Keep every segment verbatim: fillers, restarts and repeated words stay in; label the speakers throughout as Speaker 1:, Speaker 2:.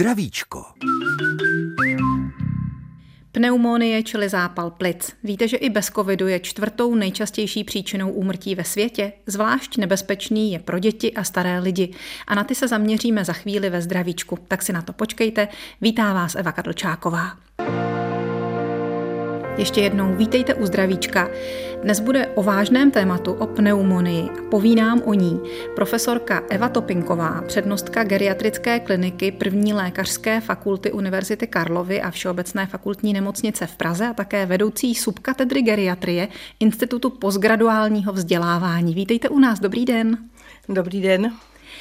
Speaker 1: Zdravíčko.
Speaker 2: Pneumonie, čili zápal plic. Víte, že i bez covidu je čtvrtou nejčastější příčinou úmrtí ve světě? Zvlášť nebezpečný je pro děti a staré lidi. A na ty se zaměříme za chvíli ve Zdravíčku. Tak si na to počkejte. Vítá vás Eva Kadlčáková. Ještě jednou vítejte u Zdravíčka. Dnes bude o vážném tématu, o pneumonii. Poví nám o ní profesorka Eva Topinková, přednostka geriatrické kliniky první lékařské fakulty Univerzity Karlovy a Všeobecné fakultní nemocnice v Praze a také vedoucí subkatedry geriatrie Institutu postgraduálního vzdělávání. Vítejte u nás, dobrý den.
Speaker 3: Dobrý den.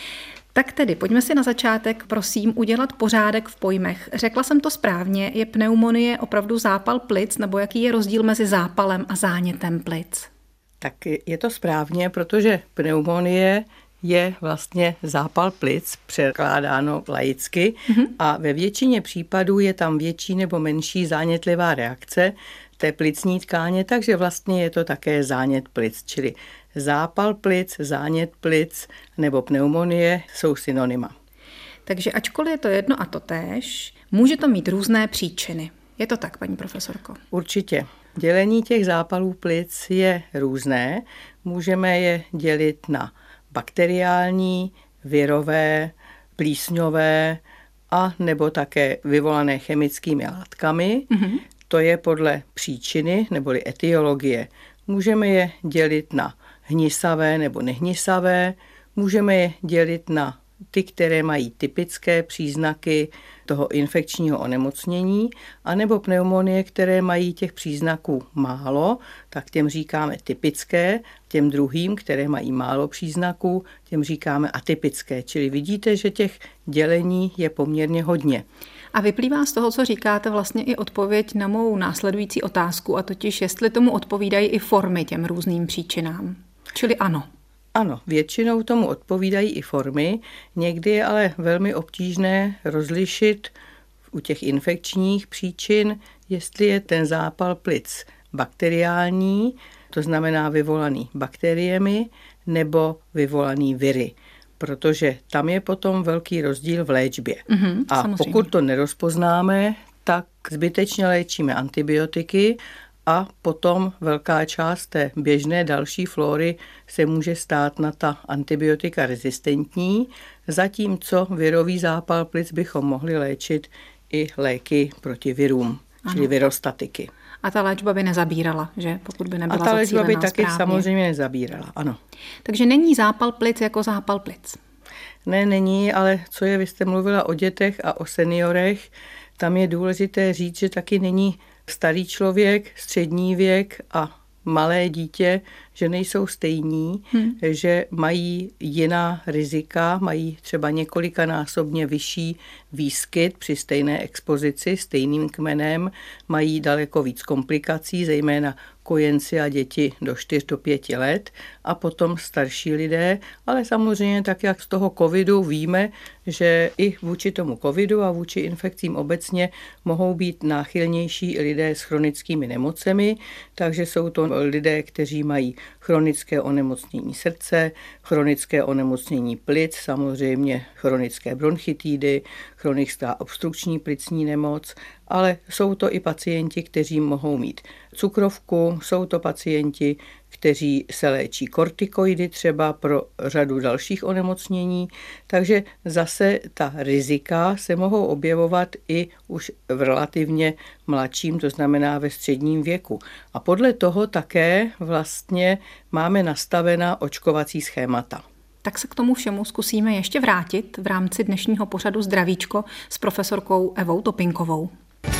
Speaker 2: Tak tedy, pojďme si na začátek, prosím, udělat pořádek v pojmech. Řekla jsem to správně, je pneumonie opravdu zápal plic, nebo jaký je rozdíl mezi zápalem a zánětem plic?
Speaker 3: Tak je to správně, protože pneumonie je vlastně zápal plic, překládáno laicky, mm-hmm. a ve většině případů je tam větší nebo menší zánětlivá reakce té plicní tkáně, takže vlastně je to také zánět plic, čili zápal plic, zánět plic nebo pneumonie jsou synonyma.
Speaker 2: Takže ačkoliv je to jedno a totéž, může to mít různé příčiny. Je to tak, paní profesorko?
Speaker 3: Určitě. Dělení těch zápalů plic je různé. Můžeme je dělit na bakteriální, virové, plísňové a nebo také vyvolané chemickými látkami. Mm-hmm. To je podle příčiny neboli etiologie. Můžeme je dělit na hnisavé nebo nehnisavé, můžeme je dělit na ty, které mají typické příznaky toho infekčního onemocnění, anebo pneumonie, které mají těch příznaků málo, tak těm říkáme typické, těm druhým, které mají málo příznaků, těm říkáme atypické. Čili vidíte, že těch dělení je poměrně hodně.
Speaker 2: A vyplývá z toho, co říkáte, vlastně i odpověď na mou následující otázku, a totiž jestli tomu odpovídají i formy těm různým příčinám. Čili ano.
Speaker 3: Ano, většinou tomu odpovídají i formy, někdy je ale velmi obtížné rozlišit u těch infekčních příčin, jestli je ten zápal plic bakteriální, to znamená vyvolaný bakteriemi, nebo vyvolaný viry. Protože tam je potom velký rozdíl v léčbě. Mm-hmm, a samozřejmě. Pokud to nerozpoznáme, tak zbytečně léčíme antibiotiky a potom velká část té běžné další flóry se může stát na ta antibiotika rezistentní, zatímco virový zápal plic bychom mohli léčit i léky proti virům, ano. Čili virostatiky.
Speaker 2: A ta léčba by nezabírala, že? Pokud by nebyla
Speaker 3: A ta léčba by taky
Speaker 2: správně.
Speaker 3: samozřejmě nezabírala, ano.
Speaker 2: Takže není zápal plic jako zápal plic?
Speaker 3: Ne, není, ale co je, vy jste mluvila o dětech a o seniorech, tam je důležité říct, že taky není starý člověk, střední věk a malé dítě, že nejsou stejní, hmm. že mají jiná rizika, mají třeba několikanásobně vyšší výskyt při stejné expozici, stejným kmenem, mají daleko víc komplikací, zejména kojenci a děti do čtyř do pěti let a potom starší lidé, ale samozřejmě tak, jak z toho covidu víme, že i vůči tomu covidu a vůči infekcím obecně mohou být náchylnější lidé s chronickými nemocemi, takže jsou to lidé, kteří mají chronické onemocnění srdce, chronické onemocnění plic, samozřejmě chronické bronchitidy, chronická obstrukční plicní nemoc, ale jsou to i pacienti, kteří mohou mít cukrovku, jsou to pacienti, kteří se léčí kortikoidy třeba pro řadu dalších onemocnění, takže zase ta rizika se mohou objevovat i už v relativně mladším, to znamená ve středním věku. A podle toho také vlastně máme nastavená očkovací schémata.
Speaker 2: Tak se k tomu všemu zkusíme ještě vrátit v rámci dnešního pořadu Zdravíčko s profesorkou Evou Topinkovou.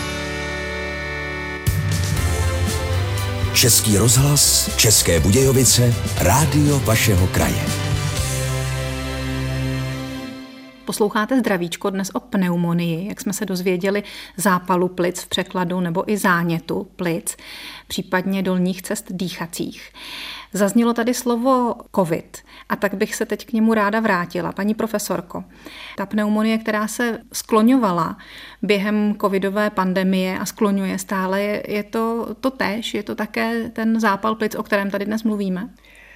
Speaker 1: Český rozhlas, České Budějovice, rádio vašeho kraje.
Speaker 2: Posloucháte Zdravíčko dnes o pneumonii, jak jsme se dozvěděli, zápalu plic v překladu nebo i zánětu plic, případně dolních cest dýchacích. Zaznělo tady slovo covid a tak bych se teď k němu ráda vrátila. Paní profesorko, ta pneumonie, která se skloňovala během covidové pandemie a skloňuje stále, je, je to, to též, je to také ten zápal plic, o kterém tady dnes mluvíme?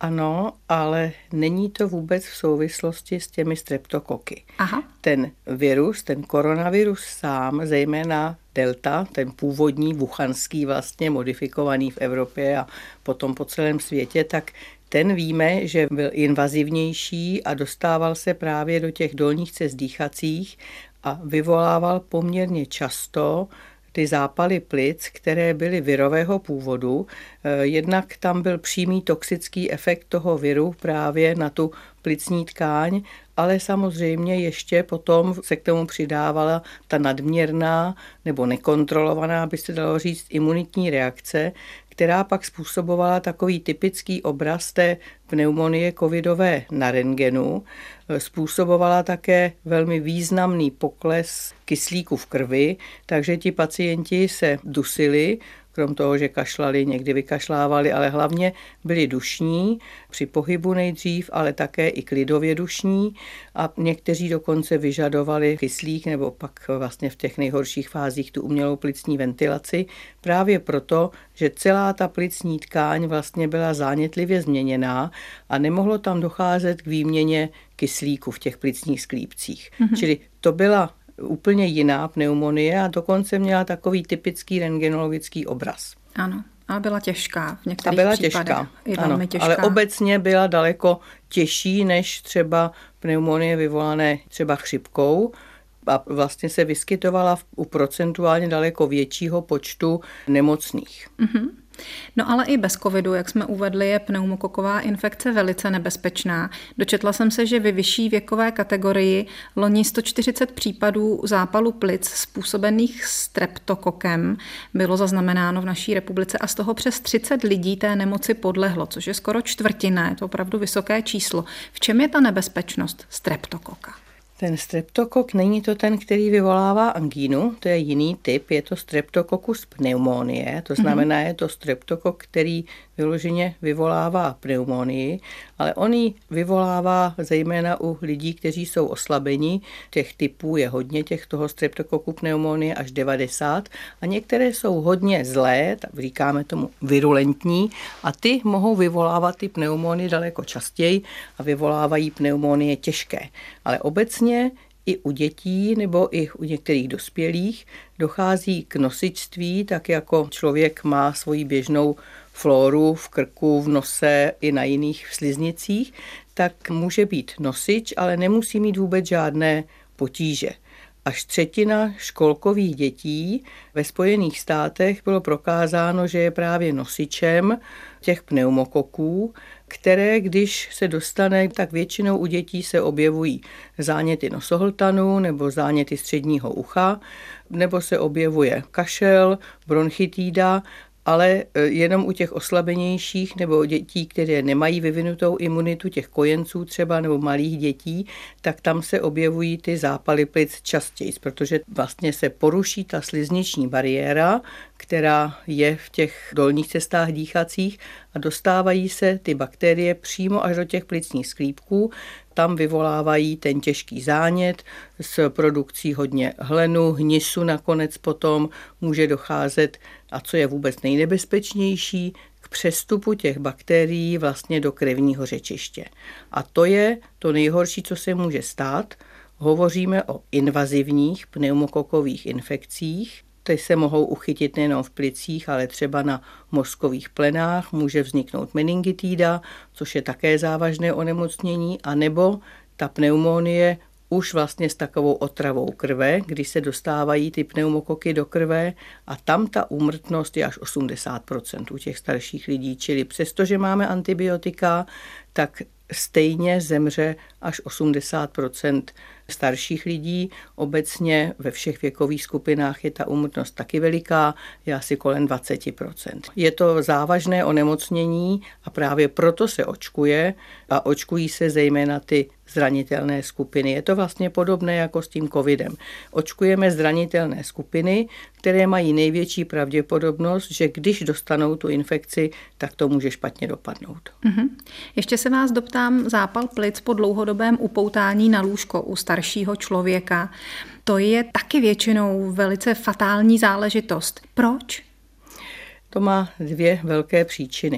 Speaker 3: Ano, ale není to vůbec v souvislosti s těmi streptokoky.
Speaker 2: Aha.
Speaker 3: Ten virus, ten koronavirus sám, zejména delta, ten původní wuchanský vlastně modifikovaný v Evropě a potom po celém světě, tak ten víme, že byl invazivnější a dostával se právě do těch dolních cest dýchacích a vyvolával poměrně často ty zápaly plic, které byly virového původu. Jednak tam byl přímý toxický efekt toho viru právě na tu plicní tkáň, ale samozřejmě ještě potom se k tomu přidávala ta nadměrná nebo nekontrolovaná, by se dalo říct, imunitní reakce, která pak způsobovala takový typický obraz té pneumonie covidové na rentgenu. Způsobovala také velmi významný pokles kyslíku v krvi, takže ti pacienti se dusili, krom toho, že kašlali, někdy vykašlávali, ale hlavně byli dušní, při pohybu nejdřív, ale také i klidově dušní a někteří dokonce vyžadovali kyslík nebo pak vlastně v těch nejhorších fázích tu umělou plicní ventilaci, právě proto, že celá ta plicní tkáň vlastně byla zánětlivě změněná a nemohlo tam docházet k výměně kyslíku v těch plicních sklípcích. Mm-hmm. Čili to byla úplně jiná pneumonie a dokonce měla takový typický rentgenologický obraz.
Speaker 2: Ano, a byla těžká v některých
Speaker 3: a byla
Speaker 2: případech.
Speaker 3: Těžká,
Speaker 2: I
Speaker 3: ano,
Speaker 2: velmi těžká.
Speaker 3: Ale obecně byla daleko těžší než třeba pneumonie vyvolané třeba chřipkou a vlastně se vyskytovala u procentuálně daleko většího počtu nemocných.
Speaker 2: Mm-hmm. No ale i bez covidu, jak jsme uvedli, je pneumokoková infekce velice nebezpečná. Dočetla jsem se, že ve vyšší věkové kategorii loni sto čtyřicet případů zápalu plic způsobených streptokokem bylo zaznamenáno v naší republice a z toho přes třicet lidí té nemoci podlehlo, což je skoro čtvrtina, je to opravdu vysoké číslo. V čem je ta nebezpečnost streptokoka?
Speaker 3: Ten streptokok není to ten, který vyvolává angínu, to je jiný typ, je to streptokokus pneumonie, to znamená, je to streptokok, který vyloženě vyvolává pneumonii, ale on ji vyvolává zejména u lidí, kteří jsou oslabeni. Těch typů je hodně, těch toho streptokoku pneumonie až devadesát a některé jsou hodně zlé, tak říkáme tomu virulentní a ty mohou vyvolávat ty pneumonie daleko častěji a vyvolávají pneumonie těžké. Ale obecně i u dětí nebo i u některých dospělých dochází k nosičství, tak jako člověk má svoji běžnou flóru v krku, v nose i na jiných sliznicích, tak může být nosič, ale nemusí mít vůbec žádné potíže. Až třetina školkových dětí ve Spojených státech bylo prokázáno, že je právě nosičem těch pneumokoků, které, když se dostane, tak většinou u dětí se objevují záněty nosohltanu nebo záněty středního ucha, nebo se objevuje kašel, bronchitída, ale jenom u těch oslabenějších nebo dětí, které nemají vyvinutou imunitu, těch kojenců třeba nebo malých dětí, tak tam se objevují ty zápaly plic častěji, protože vlastně se poruší ta slizniční bariéra, která je v těch dolních cestách dýchacích a dostávají se ty bakterie přímo až do těch plicních sklípků. Tam vyvolávají ten těžký zánět s produkcí hodně hlenu, hnisu nakonec potom může docházet, a co je vůbec nejnebezpečnější, k přestupu těch bakterií vlastně do krevního řečiště. A to je to nejhorší, co se může stát. Hovoříme o invazivních pneumokokových infekcích. Ty se mohou uchytit nejen v plicích, ale třeba na mozkových plenách, může vzniknout meningitída, což je také závažné onemocnění, anebo ta pneumonie už vlastně s takovou otravou krve, kdy se dostávají ty pneumokoky do krve a tam ta úmrtnost je až osmdesát procent u těch starších lidí, čili přestože máme antibiotika, tak stejně zemře až osmdesát procent starších lidí. Obecně ve všech věkových skupinách je ta úmrtnost taky veliká, je asi kolem dvacet procent. Je to závažné onemocnění a právě proto se očkuje a očkují se zejména ty zranitelné skupiny. Je to vlastně podobné jako s tím covidem. Očkujeme zranitelné skupiny, které mají největší pravděpodobnost, že když dostanou tu infekci, tak to může špatně dopadnout.
Speaker 2: Mm-hmm. Ještě se vás doptám, zápal plic po dlouhodobém upoutání na lůžko u staršího člověka. To je taky většinou velice fatální záležitost. Proč?
Speaker 3: To má dvě velké příčiny.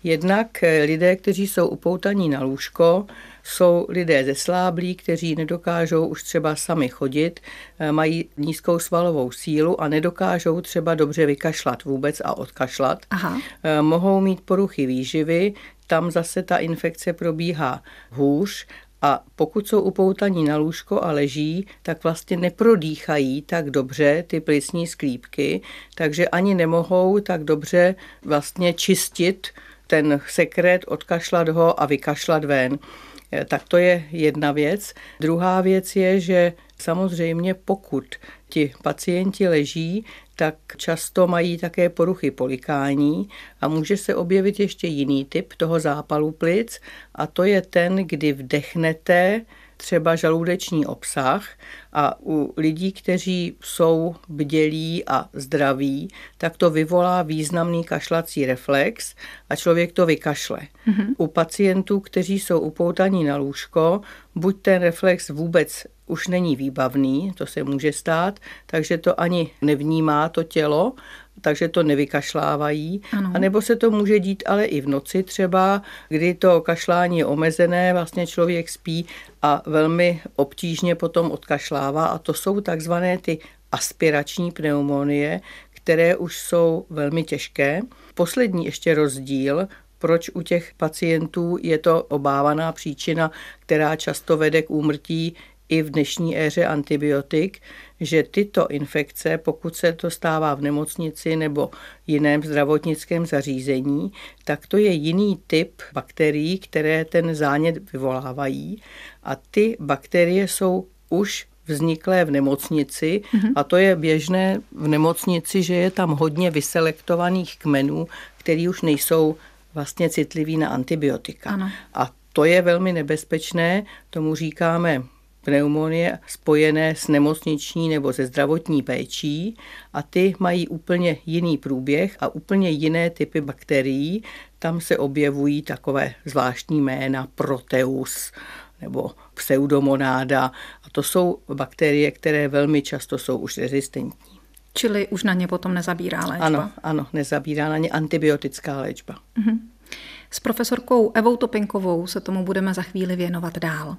Speaker 3: Jednak lidé, kteří jsou upoutaní na lůžko, jsou lidé zesláblí, kteří nedokážou už třeba sami chodit, mají nízkou svalovou sílu a nedokážou třeba dobře vykašlat vůbec a odkašlat. Aha. Mohou mít poruchy výživy, tam zase ta infekce probíhá hůř. A pokud jsou upoutaní na lůžko a leží, tak vlastně neprodýchají tak dobře ty plicní sklípky, takže ani nemohou tak dobře vlastně čistit ten sekret, odkašlat ho a vykašlat ven. Tak to je jedna věc. Druhá věc je, že samozřejmě pokud ti pacienti leží, tak často mají také poruchy polikání a může se objevit ještě jiný typ toho zápalu plic a to je ten, kdy vdechnete třeba žaludeční obsah a u lidí, kteří jsou bdělí a zdraví, tak to vyvolá významný kašlací reflex a člověk to vykašle. Mm-hmm. U pacientů, kteří jsou upoutaní na lůžko, buď ten reflex vůbec už není výbavný, to se může stát, takže to ani nevnímá to tělo, takže to nevykašlávají. Ano. A nebo se to může dít ale i v noci třeba, kdy to kašlání je omezené, vlastně člověk spí a velmi obtížně potom odkašlává a to jsou takzvané ty aspirační pneumonie, které už jsou velmi těžké. Poslední ještě rozdíl, proč u těch pacientů je to obávaná příčina, která často vede k úmrtí i v dnešní éře antibiotik, že tyto infekce, pokud se to stává v nemocnici nebo jiném zdravotnickém zařízení, tak to je jiný typ bakterií, které ten zánět vyvolávají a ty bakterie jsou už vzniklé v nemocnici mm-hmm. a to je běžné v nemocnici, že je tam hodně vyselektovaných kmenů, který už nejsou vlastně citliví na antibiotika. Ano. A to je velmi nebezpečné, tomu říkáme pneumonie spojené s nemocniční nebo se zdravotní péčí a ty mají úplně jiný průběh a úplně jiné typy bakterií. Tam se objevují takové zvláštní jména Proteus nebo Pseudomonáda a to jsou bakterie, které velmi často jsou už rezistentní.
Speaker 2: Čili už na ně potom nezabírá léčba?
Speaker 3: Ano, ano, nezabírá na ně antibiotická léčba.
Speaker 2: Mhm. S profesorkou Evou Topinkovou se tomu budeme za chvíli věnovat dál.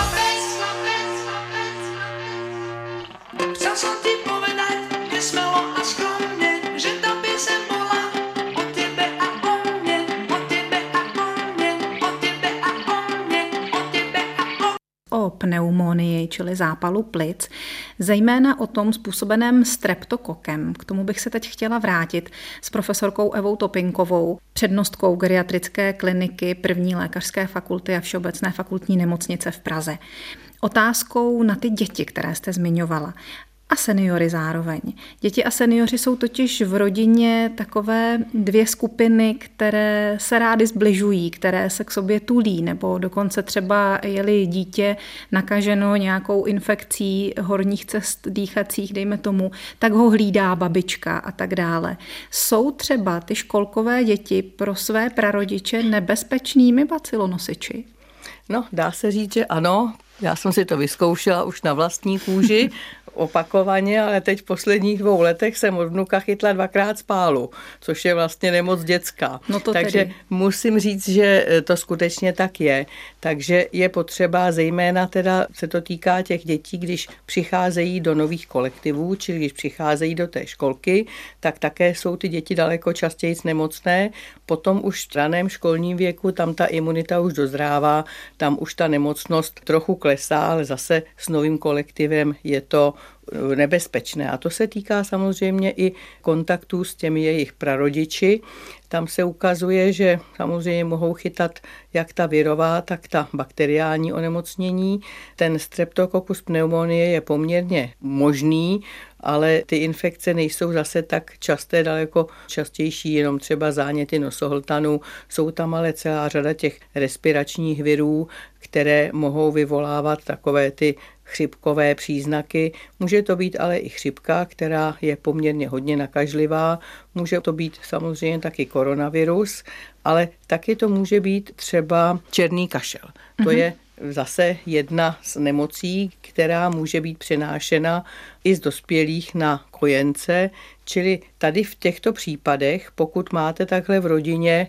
Speaker 2: O pneumonii, čili zápalu plic, zejména o tom způsobeném streptokokem. K tomu bych se teď chtěla vrátit s profesorkou Evou Topinkovou, přednostkou geriatrické kliniky první lékařské fakulty a Všeobecné fakultní nemocnice v Praze. Otázkou na ty děti, které jste zmiňovala. A seniory zároveň. Děti a seniori jsou totiž v rodině takové dvě skupiny, které se rády zbližují, které se k sobě tulí, nebo dokonce třeba je-li dítě nakaženo nějakou infekcí horních cest dýchacích, dejme tomu, tak ho hlídá babička a tak dále. Jsou třeba ty školkové děti pro své prarodiče nebezpečnými bacilonosiči?
Speaker 3: No, dá se říct, že ano. Já jsem si to vyzkoušela už na vlastní kůži opakovaně, ale teď v posledních dvou letech jsem od vnuka chytla dvakrát spálu, což je vlastně nemoc dětská.
Speaker 2: No to
Speaker 3: Takže
Speaker 2: tedy.
Speaker 3: musím říct, že to skutečně tak je. Takže je potřeba, zejména teda se to týká těch dětí, když přicházejí do nových kolektivů, čili když přicházejí do té školky, tak také jsou ty děti daleko častěji nemocné. Potom už v raném školním věku, tam ta imunita už dozrává, tam už ta nemocnost trochu klesá, ale zase s novým kolektivem je to nebezpečné. A to se týká samozřejmě i kontaktů s těmi jejich prarodiči. Tam se ukazuje, že samozřejmě mohou chytat jak ta virová, tak ta bakteriální onemocnění. Ten Streptococcus pneumonie je poměrně možný, ale ty infekce nejsou zase tak časté, daleko častější, jenom třeba záněty nosohltanu. Jsou tam ale celá řada těch respiračních virů, které mohou vyvolávat takové ty chřipkové příznaky. Může to být ale i chřipka, která je poměrně hodně nakažlivá. Může to být samozřejmě taky koronavirus, ale taky to může být třeba černý kašel. To mm-hmm. je zase jedna z nemocí, která může být přenášena i z dospělých na kojence. Čili tady v těchto případech, pokud máte takhle v rodině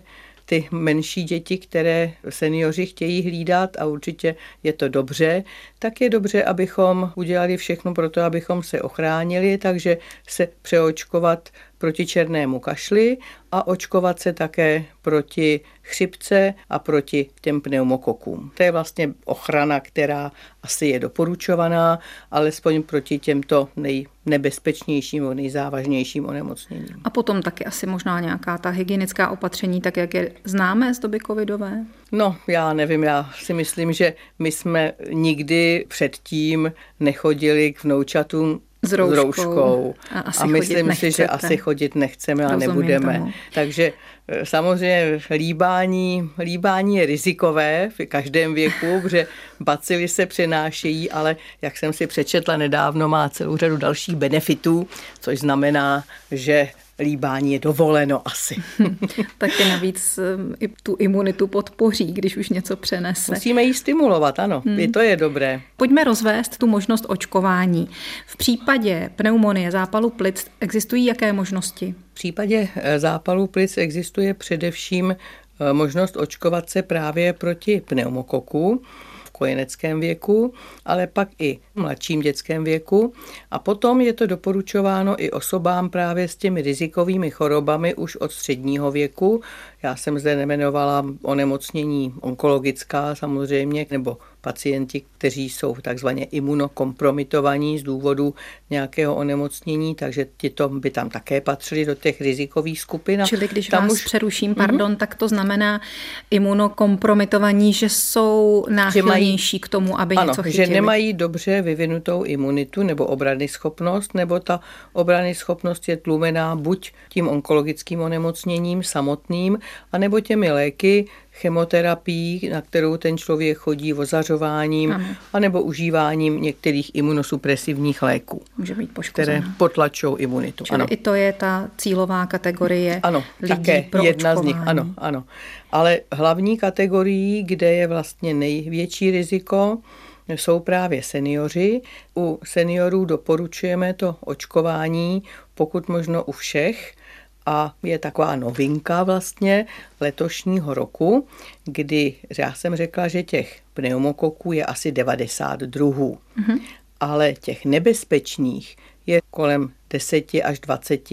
Speaker 3: ty menší děti, které seniori chtějí hlídat a určitě je to dobře, tak je dobře, abychom udělali všechno pro to, abychom se ochránili, takže se přeočkovat proti černému kašli a očkovat se také proti chřipce a proti těm pneumokokům. To je vlastně ochrana, která asi je doporučovaná, alespoň proti těmto nejnebezpečnějším, nejzávažnějším onemocněním.
Speaker 2: A potom taky asi možná nějaká ta hygienická opatření, tak jak je známe z doby covidové?
Speaker 3: No, já nevím, já si myslím, že my jsme nikdy předtím nechodili k vnoučatům s rouškou, s rouškou. A, a myslím si, že asi chodit nechceme a Rozumím nebudeme. Tomu. Takže samozřejmě líbání, líbání je rizikové v každém věku, protože bacily se přenášejí, ale jak jsem si přečetla nedávno, má celou řadu dalších benefitů, což znamená, že líbání je dovoleno asi.
Speaker 2: Taky navíc i tu imunitu podpoří, když už něco přenese.
Speaker 3: Musíme ji stimulovat, ano, hmm. I to je dobré.
Speaker 2: Pojďme rozvést tu možnost očkování. V případě pneumonie, zápalu plic existují jaké možnosti?
Speaker 3: V případě zápalu plic existuje především možnost očkovat se právě proti pneumokoku v kojeneckém věku, ale pak i v mladším dětském věku. A potom je to doporučováno i osobám právě s těmi rizikovými chorobami už od středního věku. Já jsem zde nejmenovala onemocnění onkologická samozřejmě, nebo pacienti, kteří jsou takzvaně imunokompromitovaní z důvodu nějakého onemocnění, takže tyto by tam také patřili do těch rizikových skupin.
Speaker 2: Čili když tam vás už... přeruším, pardon, mm-hmm. tak to znamená imunokompromitovaní, že jsou náchylnější mají... k tomu, aby
Speaker 3: ano,
Speaker 2: něco chytili.
Speaker 3: Že nemají dobře vyvinutou imunitu nebo obrany schopnost, nebo ta obrany schopnost je tlumená buď tím onkologickým onemocněním samotným, anebo těmi léky, chemoterapií, na kterou ten člověk chodí, ozařováním, ano. anebo užíváním některých imunosupresivních léků,
Speaker 2: může být poškozená,
Speaker 3: které potlačují imunitu.
Speaker 2: Čili ano. i to je ta cílová kategorie
Speaker 3: ano,
Speaker 2: lidí
Speaker 3: také
Speaker 2: pro
Speaker 3: jedna
Speaker 2: očkování.
Speaker 3: z nich. Ano, ano. Ale hlavní kategorií, kde je vlastně největší riziko, jsou právě seniori. U seniorů doporučujeme to očkování, pokud možno u všech, a je taková novinka vlastně letošního roku, kdy já jsem řekla, že těch pneumokoků je asi devadesát druhů, mm-hmm. ale těch nebezpečných je kolem deset až dvacet,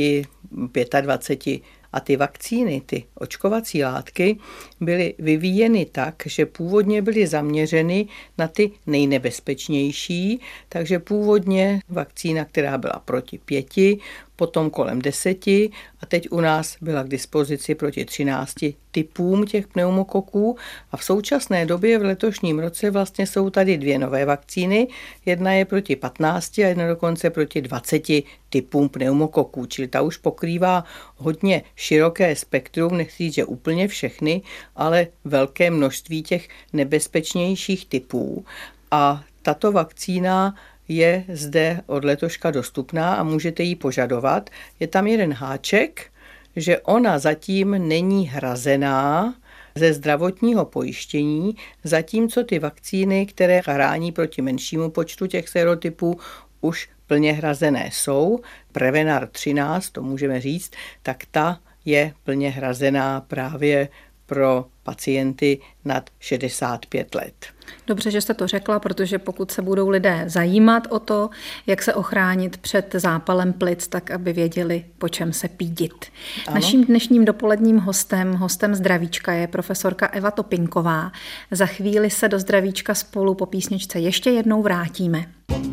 Speaker 3: dvacet pět a ty vakcíny, ty očkovací látky byly vyvíjeny tak, že původně byly zaměřeny na ty nejnebezpečnější, takže původně vakcína, která byla proti pěti, potom kolem deseti a teď u nás byla k dispozici proti třinácti typům těch pneumokoků a v současné době v letošním roce vlastně jsou tady dvě nové vakcíny. Jedna je proti patnácti a jedna dokonce proti dvaceti typům pneumokoků, čili ta už pokrývá hodně široké spektrum, nechci říct, že úplně všechny, ale velké množství těch nebezpečnějších typů. A tato vakcína je zde od letoška dostupná a můžete ji požadovat. Je tam jeden háček, že ona zatím není hrazená ze zdravotního pojištění, zatímco ty vakcíny, které chrání proti menšímu počtu těch sérotypů, už plně hrazené jsou. Prevenar třináct, to můžeme říct, tak ta je plně hrazená právě pro pacienty nad šedesát pět let.
Speaker 2: Dobře, že jste to řekla, protože pokud se budou lidé zajímat o to, jak se ochránit před zápalem plic, tak aby věděli, po čem se pídit. Ano. Naším dnešním dopoledním hostem, hostem Zdravíčka je profesorka Eva Topinková. Za chvíli se do Zdravíčka spolu po písničce ještě jednou vrátíme.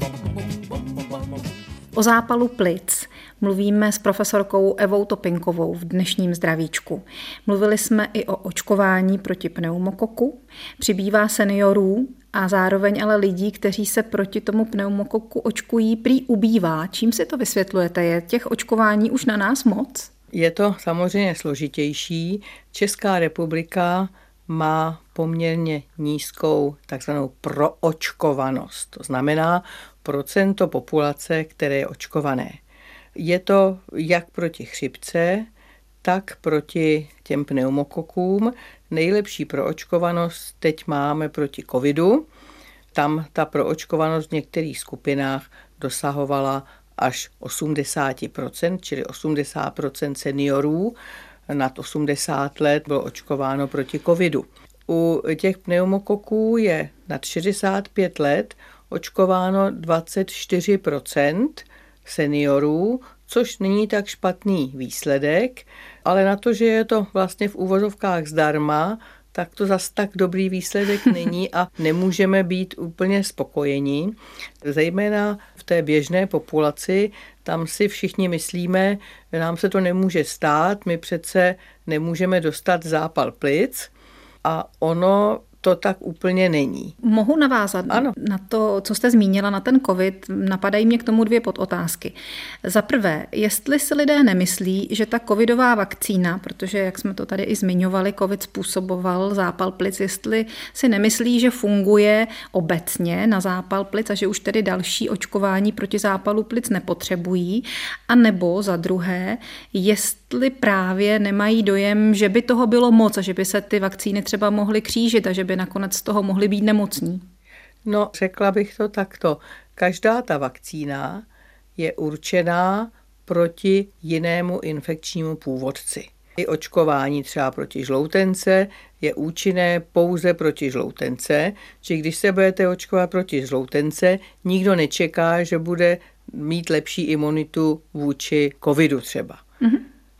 Speaker 2: O zápalu plic mluvíme s profesorkou Evou Topinkovou v dnešním Zdravíčku. Mluvili jsme i o očkování proti pneumokoku. Přibývá seniorů a zároveň ale lidí, kteří se proti tomu pneumokoku očkují, prý ubývá. Čím si to vysvětlujete? Je těch očkování už na nás moc?
Speaker 3: Je to samozřejmě složitější. Česká republika má poměrně nízkou takzvanou proočkovanost. To znamená procento populace, které je očkované. Je to jak proti chřipce, tak proti těm pneumokokům. Nejlepší proočkovanost teď máme proti covidu. Tam ta proočkovanost v některých skupinách dosahovala až osmdesát procent, čili osmdesát procent seniorů nad osmdesát let bylo očkováno proti covidu. U těch pneumokoků je nad šedesát pět let očkováno dvacet čtyři procent seniorů, což není tak špatný výsledek, ale na to, že je to vlastně v uvozovkách zdarma, tak to zas tak dobrý výsledek není a nemůžeme být úplně spokojení. Zejména v té běžné populaci, tam si všichni myslíme, že nám se to nemůže stát, my přece nemůžeme dostat zápal plic a ono to tak úplně není.
Speaker 2: Mohu navázat
Speaker 3: ano.
Speaker 2: na to, co jste zmínila, na ten covid. Napadají mě k tomu dvě podotázky. Za prvé, jestli si lidé nemyslí, že ta covidová vakcína, protože jak jsme to tady i zmiňovali, covid způsoboval zápal plic, jestli si nemyslí, že funguje obecně na zápal plic a že už tedy další očkování proti zápalu plic nepotřebují, a nebo za druhé, jestli právě nemají dojem, že by toho bylo moc a že by se ty vakcíny třeba mohly křížit a že by nakonec z toho mohli být nemocní.
Speaker 3: No, řekla bych to takto. Každá ta vakcína je určená proti jinému infekčnímu původci. I očkování třeba proti žloutence je účinné pouze proti žloutence, či když se budete očkovat proti žloutence, nikdo nečeká, že bude mít lepší imunitu vůči covidu třeba. Mm-hmm.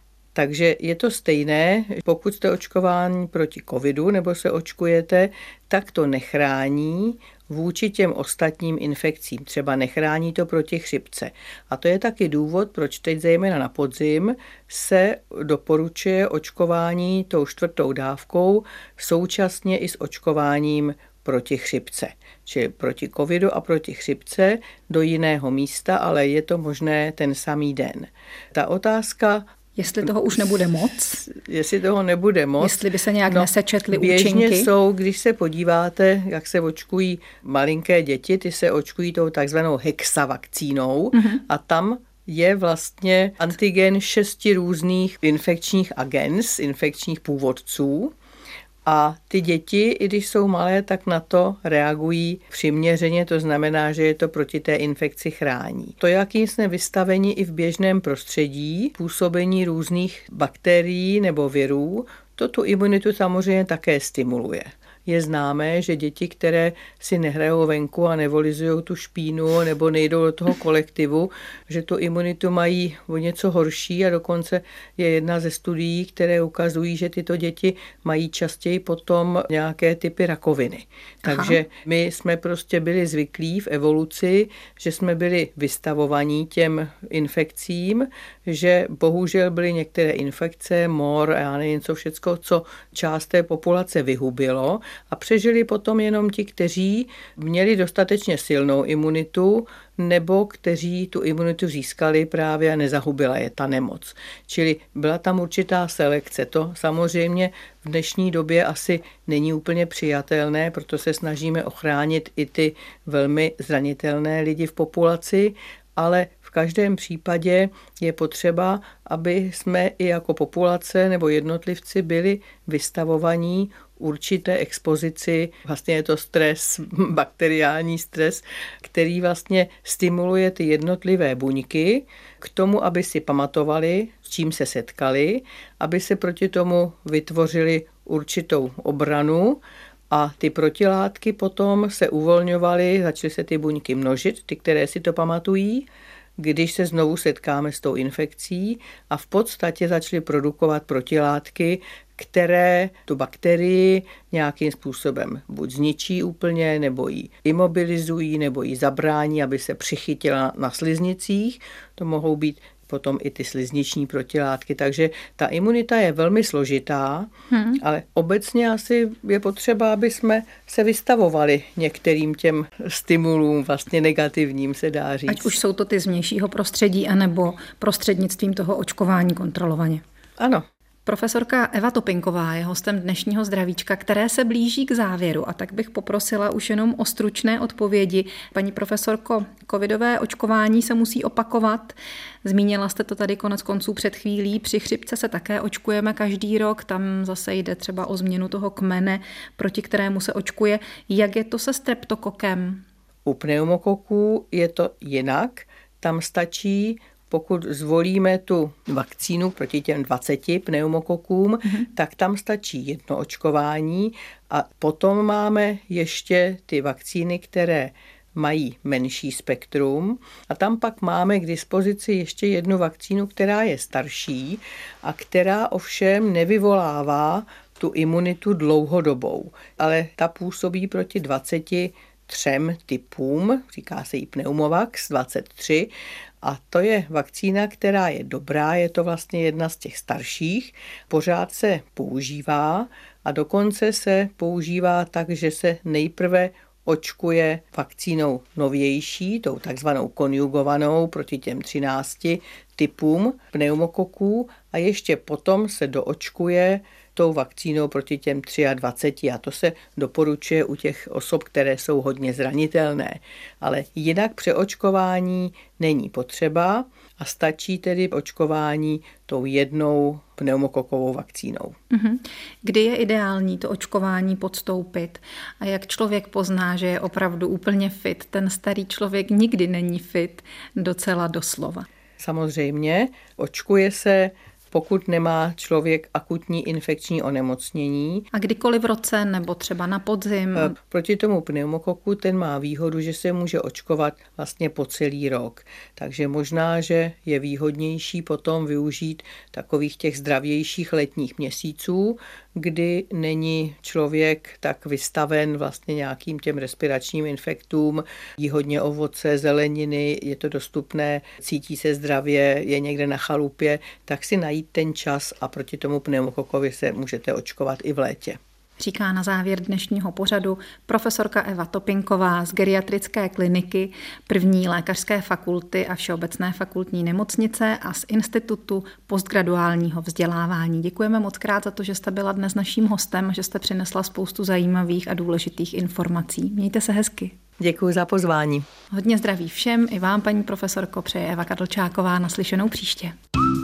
Speaker 3: Takže je to stejné, pokud jste očkováni proti covidu nebo se očkujete, tak to nechrání vůči těm ostatním infekcím. Třeba nechrání to proti chřipce. A to je taky důvod, proč teď zejména na podzim se doporučuje očkování tou čtvrtou dávkou současně i s očkováním proti chřipce. Čili proti covidu a proti chřipce do jiného místa, ale je to možné ten samý den. Ta otázka,
Speaker 2: jestli toho už nebude moc?
Speaker 3: Jestli toho nebude moc.
Speaker 2: Jestli by se nějak
Speaker 3: no,
Speaker 2: nesečetly
Speaker 3: běžně
Speaker 2: účinky?
Speaker 3: Běžně jsou, když se podíváte, jak se očkují malinké děti, ty se očkují tou takzvanou hexavakcínou mm-hmm. a tam je vlastně antigen šesti různých infekčních agens, infekčních původců. A ty děti, i když jsou malé, tak na to reagují přiměřeně, to znamená, že je to proti té infekci chrání. To, jakým jsme vystaveni i v běžném prostředí, působení různých bakterií nebo virů, to tu imunitu samozřejmě také stimuluje. Je známé, že děti, které si nehrajou venku a nevolizují tu špínu nebo nejdou do toho kolektivu, že tu imunitu mají o něco horší a dokonce je jedna ze studií, které ukazují, že tyto děti mají častěji potom nějaké typy rakoviny. Aha. Takže my jsme prostě byli zvyklí v evoluci, že jsme byli vystavovaní těm infekcím, že bohužel byly některé infekce, mor a já nevím co všecko, co část té populace vyhubilo, a přežili potom jenom ti, kteří měli dostatečně silnou imunitu nebo kteří tu imunitu získali právě a nezahubila je ta nemoc. Čili byla tam určitá selekce. To samozřejmě v dnešní době asi není úplně přijatelné, proto se snažíme ochránit i ty velmi zranitelné lidi v populaci, ale v každém případě je potřeba, aby jsme i jako populace nebo jednotlivci byli vystavovaní určité expozici, vlastně je to stres, bakteriální stres, který vlastně stimuluje ty jednotlivé buňky k tomu, aby si pamatovali, s čím se setkali, aby se proti tomu vytvořili určitou obranu a ty protilátky potom se uvolňovaly, začaly se ty buňky množit, ty, které si to pamatují, když se znovu setkáme s tou infekcí a v podstatě začaly produkovat protilátky, které tu bakterii nějakým způsobem buď zničí úplně, nebo ji imobilizují, nebo ji zabrání, aby se přichytila na sliznicích. To mohou být potom i ty slizniční protilátky. Takže ta imunita je velmi složitá, hmm. ale obecně asi je potřeba, aby jsme se vystavovali některým těm stimulům, vlastně negativním se dá říct.
Speaker 2: Ať už jsou to ty z vnějšího prostředí, anebo prostřednictvím toho očkování kontrolovaně.
Speaker 3: Ano.
Speaker 2: Profesorka Eva Topinková je hostem dnešního Zdravíčka, které se blíží k závěru, a tak bych poprosila už jenom o stručné odpovědi. Paní profesorko, covidové očkování se musí opakovat. Zmínila jste to tady konec konců před chvílí. Při chřipce se také očkujeme každý rok, tam zase jde třeba o změnu toho kmene, proti kterému se očkuje. Jak je to se streptokokem?
Speaker 3: U pneumokoků je to jinak. Tam stačí pokud zvolíme tu vakcínu proti těm dvaceti pneumokokům, mm-hmm. tak tam stačí jedno očkování a potom máme ještě ty vakcíny, které mají menší spektrum a tam pak máme k dispozici ještě jednu vakcínu, která je starší a která ovšem nevyvolává tu imunitu dlouhodobou, ale ta působí proti dvaceti třem typům, říká se jí Pneumovax dvacet tři a to je vakcína, která je dobrá, je to vlastně jedna z těch starších, pořád se používá a dokonce se používá tak, že se nejprve očkuje vakcínou novější, tou takzvanou konjugovanou proti těm třinácti typům pneumokoků a ještě potom se doočkuje tou vakcínou proti těm dvaceti třem a to se doporučuje u těch osob, které jsou hodně zranitelné. Ale jinak přeočkování není potřeba a stačí tedy očkování tou jednou pneumokokovou vakcínou.
Speaker 2: Kdy je ideální to očkování podstoupit a jak člověk pozná, že je opravdu úplně fit? Ten starý člověk nikdy není fit docela doslova.
Speaker 3: Samozřejmě očkuje se, pokud nemá člověk akutní infekční onemocnění.
Speaker 2: A kdykoliv v roce nebo třeba na podzim?
Speaker 3: Proti tomu pneumokoku ten má výhodu, že se může očkovat vlastně po celý rok. Takže možná, že je výhodnější potom využít takových těch zdravějších letních měsíců, kdy není člověk tak vystaven vlastně nějakým těm respiračním infektům, jí hodně ovoce, zeleniny, je to dostupné, cítí se zdravě, je někde na chalupě, tak si najít ten čas a proti tomu pneumokokovi se můžete očkovat i v létě.
Speaker 2: Říká na závěr dnešního pořadu profesorka Eva Topinková z geriatrické kliniky první lékařské fakulty a Všeobecné fakultní nemocnice a z Institutu postgraduálního vzdělávání. Děkujeme moc krát za to, že jste byla dnes naším hostem a že jste přinesla spoustu zajímavých a důležitých informací. Mějte se hezky.
Speaker 3: Děkuji za pozvání.
Speaker 2: Hodně zdraví všem, i vám, paní profesorko, přeje Eva Kadlčáková, naslyšenou příště.